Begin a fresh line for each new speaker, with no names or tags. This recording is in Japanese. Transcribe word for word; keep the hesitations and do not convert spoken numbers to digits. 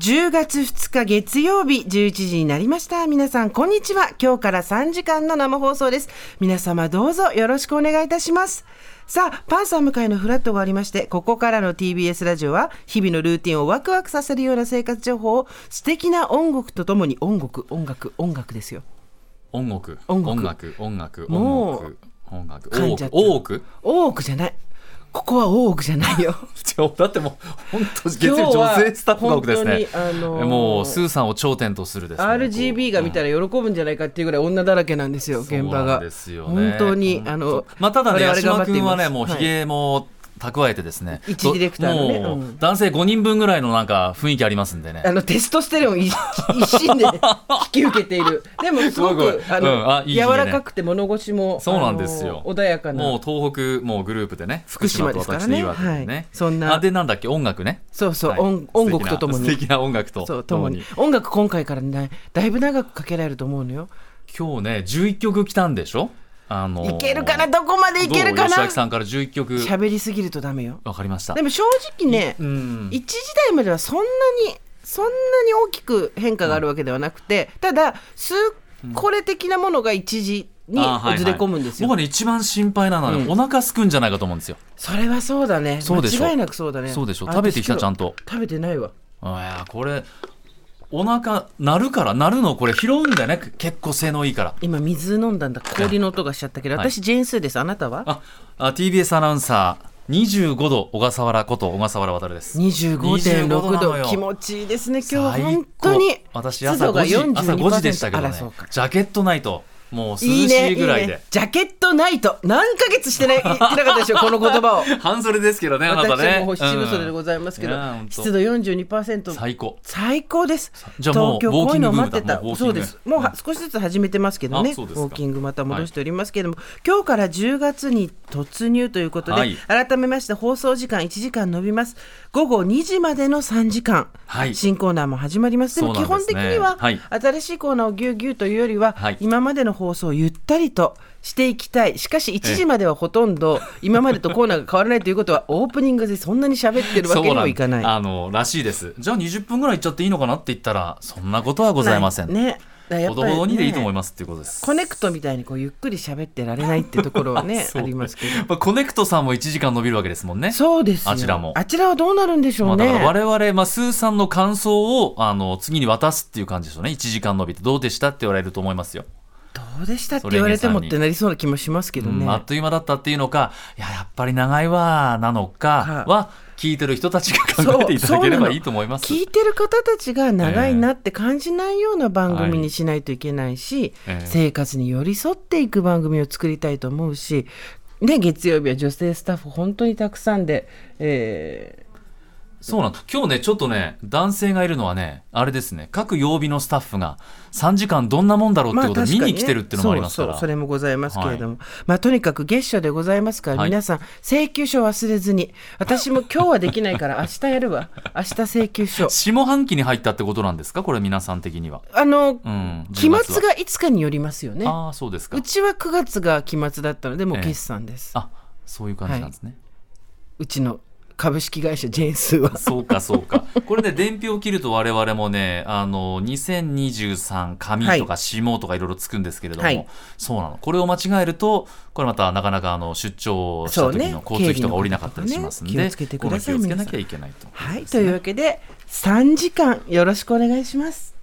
じゅうがつふつか月曜日じゅういちじになりました。皆さんこんにちは。今日からさんじかんの生放送です。皆様どうぞよろしくお願いいたします。さあ、パンサー向井のフラットがありまして、ここからの ティービーエス ラジオは日々のルーティンをワクワクさせるような生活情報を素敵な音楽とともに、音楽音楽音楽ですよ。
音楽
音楽
音楽音楽
もう
音楽音楽
噛んじゃった
大奥
大奥じゃない、ここは大奥じゃないよ
だってもう本当月曜日女性スタッフが多くですね、
あのー、
もうスーさんを頂点とするですね
アールジービー が見たら喜ぶんじゃないかっていうぐらい女だらけなんですよ、現場が。そうなんですよね、本当にあの、
まあ、ただね、八嶋君はね、もう
はい、
ひげも蓄えてですね、
一ディレクターのね、
もう男性ごにんぶんぐらいのなんか雰囲気ありますんでね、
あのテストステロン一心で引き受けている。でもすごくあの、うん、あいい、ね、柔らかくて物腰も
そうなんですよ、
穏やかな、
もう東北もうグループでね、
福島ですからね、はい、そんな
あでなんだっけ音楽ね、
そうそう、はい、音, 音楽とともに
素敵な音楽と
そうともに音楽今回からねだいぶ長くかけられると思うのよ。
今日ねじゅういっきょく来たんでしょ。あのー、
いけるかな、どこまでいけるかな。
吉明さんからじゅういっきょく
喋りすぎるとダメよ。
わかりました。
でも正直ね、うん、いちじ台まではそんなにそんなに大きく変化があるわけではなくて、うん、ただ数これ的なものがいちじにずれ込むんですよ、
僕はね一番心配なのは、ね、うん、お腹すくんじゃないかと思うんですよ。
それはそうだね、
そうでしょ、
間違いなくそうだね。
そうでしょ、食べてきたちゃんと。
食べてないわ。
いやこれお腹鳴るから、鳴るのこれ拾うんだよね、結構性能いいから。
今水飲んだんだ、氷の音がしちゃったけど、はい、私ジェーンスーです。あなたは？
ああ ティービーエス アナウンサーにじゅうごど小笠原こと小笠原渉です。
にじゅうごてんろく 度、気持ちいいですね今日は本当に。
私朝ごじ、朝ごじでしたけどね、ジャケットないともう涼しいぐらいで。いいねいいね、ジャケットナイト何ヶ月してない言ってなかったでしょこの言葉を。半袖ですけどね、あなたね。
私はもう七分袖でございますけど、うん、湿度 よんじゅうにパーセント、 最高最高です。
じゃあもう
東京こういうのを待ってた。
もう
そうです、もう少しずつ始めてますけどね、ウォーキングまた戻しておりますけれども、はい、今日からじゅうがつに突入ということで、はい、改めまして放送時間いちじかん延びます。ごごにじまでのさんじかん、はい、新コーナーも始まります。でも基本的には、はい、新しいコーナーをぎゅうぎゅうというよりは、はい、今までの放送をゆったりとしていきたい。しかしいちじまではほとんど今までとコーナーが変わらないということは、オープニングでそんなに喋ってるわけにもいかない。
あのらしいです。じゃあにじゅっぷんぐらいいっちゃっていいのかなって言ったら、そんなことはございませんね。ほどほどにでいいと思いますっていうことです。
コネクトみたいにこうゆっくり喋ってられないっていうところはねありますけど、
まあ、コネクトさんもいちじかん伸びるわけですもんね。
そうですよ、
あちらも。
あちらはどうなるんでしょうね。
まあ、だから我々、まあ、スーさんの感想をあの次に渡すっていう感じですよね。いちじかん伸びてどうでしたって言われると思いますよ。
どうでしたって言われてもってなりそうな気もしますけどね、
うん、あっという間だったっていうのか、いややっぱり長いわなのかは聞いてる人たちが考えていただければいいと思います。
聞いてる方たちが長いなって感じないような番組にしないといけないし、えーはい、生活に寄り添っていく番組を作りたいと思うし、ね、月曜日は女性スタッフ本当にたくさんで、えー
そうなん今日ねちょっとね男性がいるのはねあれですね、各曜日のスタッフがさんじかんどんなもんだろうってことを見に来てるっていうのもありますから、
まあね、そうそうそれもございますけれども、はい、まあ、とにかく月初でございますから、はい、皆さん請求書忘れずに。私も今日はできないから明日やるわ。明日請求書。
下半期に入ったってことなんですか、これ皆さん的には。
あの、うん、期末がいつかによりますよね。
あ、そうですか。
うちはくがつが期末だったのでもう決算です、
えー、あ、そういう感じなんですね、はい、
うちの株式会社ジェーンスーは。
そうかそうか。これね伝票を切ると我々もねあのにせんにじゅうさん上とか下とかいろいろつくんですけれども、はい、そうなの、これを間違えるとこれまたなかなかあの出張した時の交通費とか降りなかったりしますので、
ね、気をつけてください。
気をつけなきゃいけないと、
はい、というわけでさんじかんよろしくお願いします。